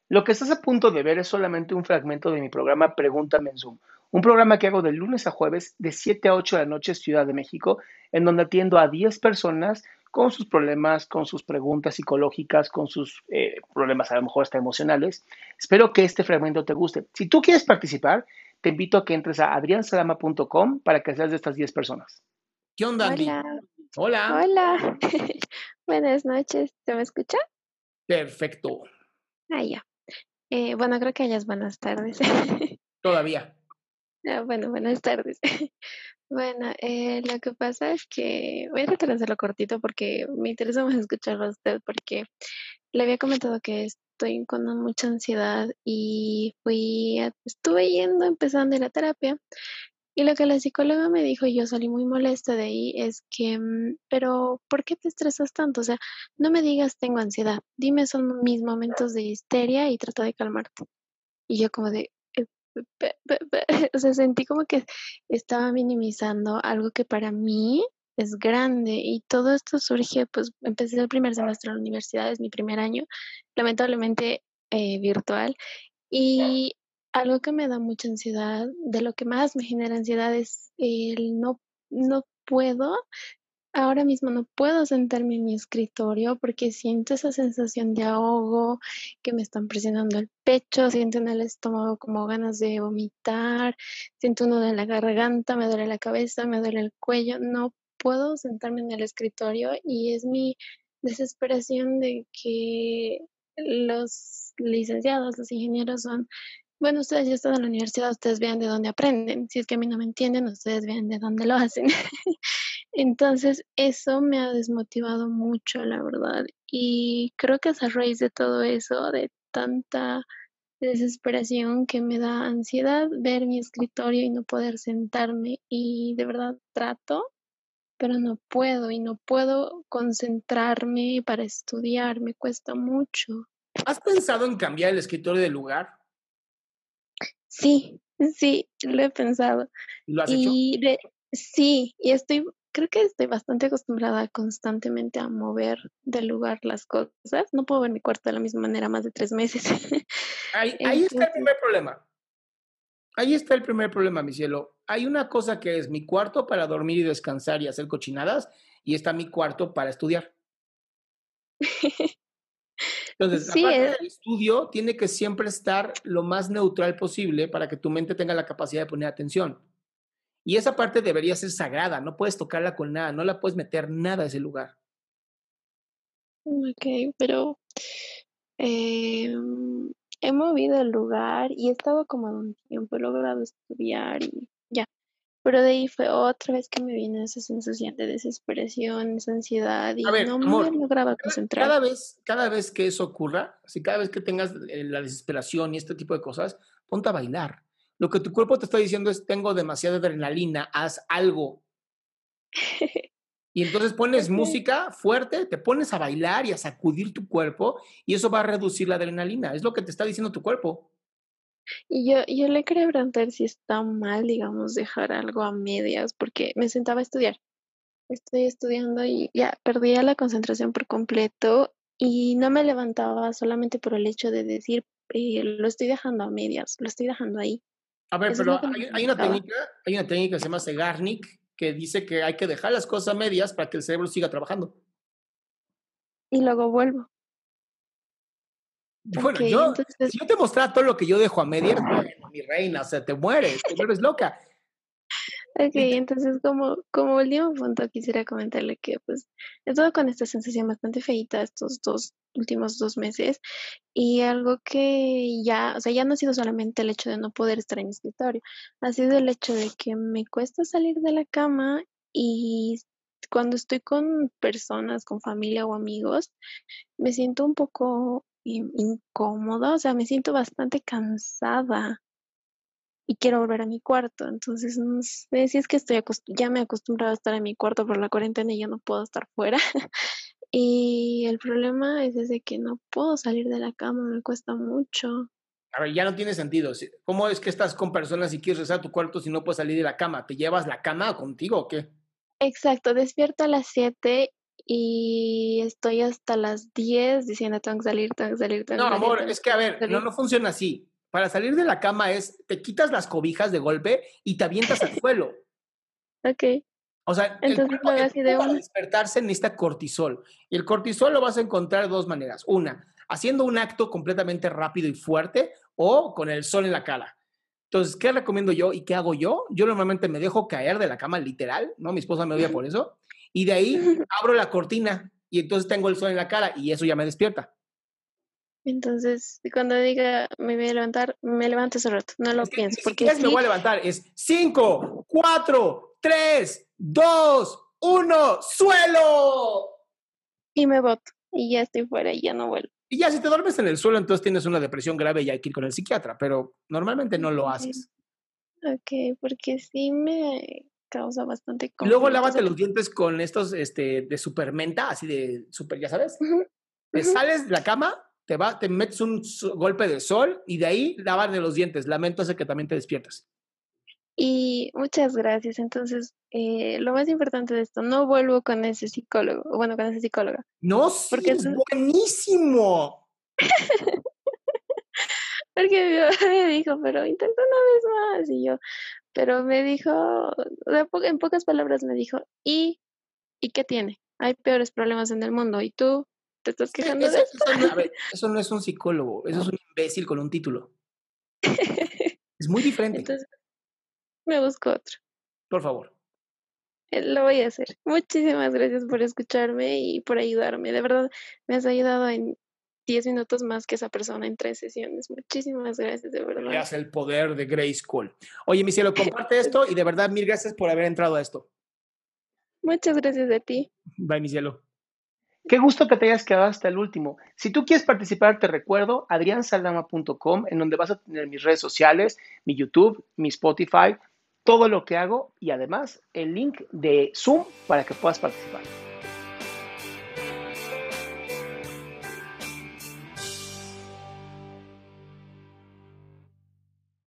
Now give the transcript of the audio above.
Lo que estás a punto de ver es solamente un fragmento de mi programa Pregúntame en Zoom, un programa que hago de lunes a jueves de 7 a 8 de la noche Ciudad de México, en donde atiendo a 10 personas con sus problemas, con sus preguntas psicológicas, con sus problemas a lo mejor hasta emocionales. Espero que este fragmento te guste. Si tú quieres participar, te invito a que entres a adriansalama.com para que seas de estas 10 personas. ¿Qué onda, Andy? Hola, Hola. hola. Buenas noches, ¿se me escucha? Perfecto. Ah, ya. Bueno, creo que ya es buenas tardes. Todavía. Bueno, buenas tardes. Bueno, lo que pasa es que voy a tratar de hacerlo cortito porque me interesa más escucharlo a usted porque le había comentado que estoy con mucha ansiedad y estuve yendo, empezando a ir a terapia. Y lo que la psicóloga me dijo, y yo salí muy molesta de ahí, es que, pero ¿por qué te estresas tanto? O sea, no me digas tengo ansiedad, dime son mis momentos de histeria y trata de calmarte. Y yo como de, o sea, sentí como que estaba minimizando algo que para mí es grande y todo esto surge, pues empecé el primer semestre de la universidad, es mi primer año, lamentablemente virtual. Y algo que me da mucha ansiedad, de lo que más me genera ansiedad es el no puedo, ahora mismo no puedo sentarme en mi escritorio porque siento esa sensación de ahogo, que me están presionando el pecho, siento en el estómago como ganas de vomitar, siento un nudo en la garganta, me duele la cabeza, me duele el cuello, no puedo sentarme en el escritorio y es mi desesperación de que los licenciados, los ingenieros son bueno, ustedes ya están en la universidad, ustedes vean de dónde aprenden. Si es que a mí no me entienden, ustedes vean de dónde lo hacen. Entonces, eso me ha desmotivado mucho, la verdad. Y creo que es a raíz de todo eso, de tanta desesperación, que me da ansiedad ver mi escritorio y no poder sentarme. Y de verdad trato, pero no puedo y no puedo concentrarme para estudiar, me cuesta mucho. ¿Has pensado en cambiar el escritorio de lugar? Sí, sí, lo he pensado. ¿Y lo has hecho? Y de sí, y creo que estoy bastante acostumbrada constantemente a mover de lugar las cosas. No puedo ver mi cuarto de la misma manera más de 3 meses. Ahí está el Entonces primer problema. Ahí está el primer problema, mi cielo. Hay una cosa que es mi cuarto para dormir y descansar y hacer cochinadas, y está mi cuarto para estudiar. Entonces, la sí, parte del estudio tiene que siempre estar lo más neutral posible para que tu mente tenga la capacidad de poner atención. Y esa parte debería ser sagrada, no puedes tocarla con nada, no la puedes meter nada a ese lugar. okey, pero, em, he movido el lugar y he estado como un tiempo, he logrado estudiar y ya. Pero de ahí fue otra vez que me vino esa sensación de desesperación, esa ansiedad A y ver, no me amor, lograba concentrar. cada vez que eso ocurra, así cada vez que tengas la desesperación y este tipo de cosas, ponte a bailar. Lo que tu cuerpo te está diciendo es, tengo demasiada adrenalina, haz algo. Y entonces pones Okey. música fuerte, te pones a bailar y a sacudir tu cuerpo y eso va a reducir la adrenalina. Es lo que te está diciendo tu cuerpo. Y yo le quería preguntar si está mal, digamos, dejar algo a medias, porque me sentaba a estudiar. Estoy estudiando y ya perdía la concentración por completo y no me levantaba solamente por el hecho de decir, lo estoy dejando a medias, lo estoy dejando ahí. A ver, Eso es pero lo que no me hay una gustaba. técnica, hay una técnica que se llama Zeigarnik que dice que hay que dejar las cosas a medias para que el cerebro siga trabajando. Y luego vuelvo. Bueno, Okey, entonces si yo te mostrara todo lo que yo dejo a medias, bueno, mi reina, o sea, te mueres, te vuelves loca. okey, Lit- entonces como último punto quisiera comentarle que, pues, he estado con esta sensación bastante feíta estos últimos 2 meses. Y algo que ya, o sea, ya no ha sido solamente el hecho de no poder estar en mi escritorio, ha sido el hecho de que me cuesta salir de la cama y cuando estoy con personas, con familia o amigos, me siento un poco incómoda, o sea, me siento bastante cansada y quiero volver a mi cuarto. Entonces, no sé si es que ya me he acostumbrado a estar en mi cuarto por la cuarentena y ya no puedo estar fuera. Y el problema es ese que no puedo salir de la cama, me cuesta mucho. A ver, ya no tiene sentido. ¿Cómo es que estás con personas y quieres regresar a tu cuarto si no puedes salir de la cama? ¿Te llevas la cama contigo o qué? Exacto, despierto a las 7 y estoy hasta las 10 diciendo, tengo que salir, tengo que salir, tengo No, que salir, amor, tengo es que a ver, salir. no funciona así. Para salir de la cama te quitas las cobijas de golpe y te avientas al suelo. Ok, O sea, entonces lo hago así de para una. despertarse necesita cortisol. Y el cortisol lo vas a encontrar de dos maneras. Una, haciendo un acto completamente rápido y fuerte o con el sol en la cara. Entonces, ¿qué recomiendo yo y qué hago yo? Yo normalmente me dejo caer de la cama literal, ¿no? Mi esposa me odia por eso. Y de ahí abro la cortina y entonces tengo el sol en la cara y eso ya me despierta. Entonces, cuando diga me voy a levantar, me levanto ese rato, no lo Es que pienso, ni porque siquiera me voy sí, a levantar. Es 5, 4, 3, 2, 1, suelo. y me boto, y ya estoy fuera y ya no vuelvo. Y ya, si te duermes en el suelo, entonces tienes una depresión grave y hay que ir con el psiquiatra, pero normalmente no lo Ok, haces. ok, porque sí me causa bastante Y luego conflicto. O lávate sea, los dientes con estos de supermenta, así de super, ya sabes. ujú, Te ujú. sales de la cama, te metes un golpe de sol y de ahí lávate los dientes. Lamento hace que también te despiertas. Y muchas gracias. Entonces, lo más importante de esto, no vuelvo con ese psicólogo, o bueno, con esa psicóloga, No, sí, porque es buenísimo. porque mi mamá me dijo, pero intenta una vez más, y yo, pero me dijo, en pocas palabras me dijo, ¿y qué tiene? Hay peores problemas en el mundo, ¿y tú te estás quejando de esto? A ver, eso no es un psicólogo, eso es un imbécil con un título. Es muy diferente. Entonces, me busco otro. Por favor. Lo voy a hacer. Muchísimas gracias por escucharme y por ayudarme. De verdad, me has ayudado en 10 minutos más que esa persona en 3 sesiones. Muchísimas gracias, de verdad. Veas el poder de Grayskull. Oye, mi cielo, comparte esto y de verdad mil gracias por haber entrado a esto. Muchas gracias a ti. Bye, mi cielo. Qué gusto que te hayas quedado hasta el último. Si tú quieres participar, te recuerdo adriansaldama.com, en donde vas a tener mis redes sociales, mi YouTube, mi Spotify, todo lo que hago y además el link de Zoom para que puedas participar.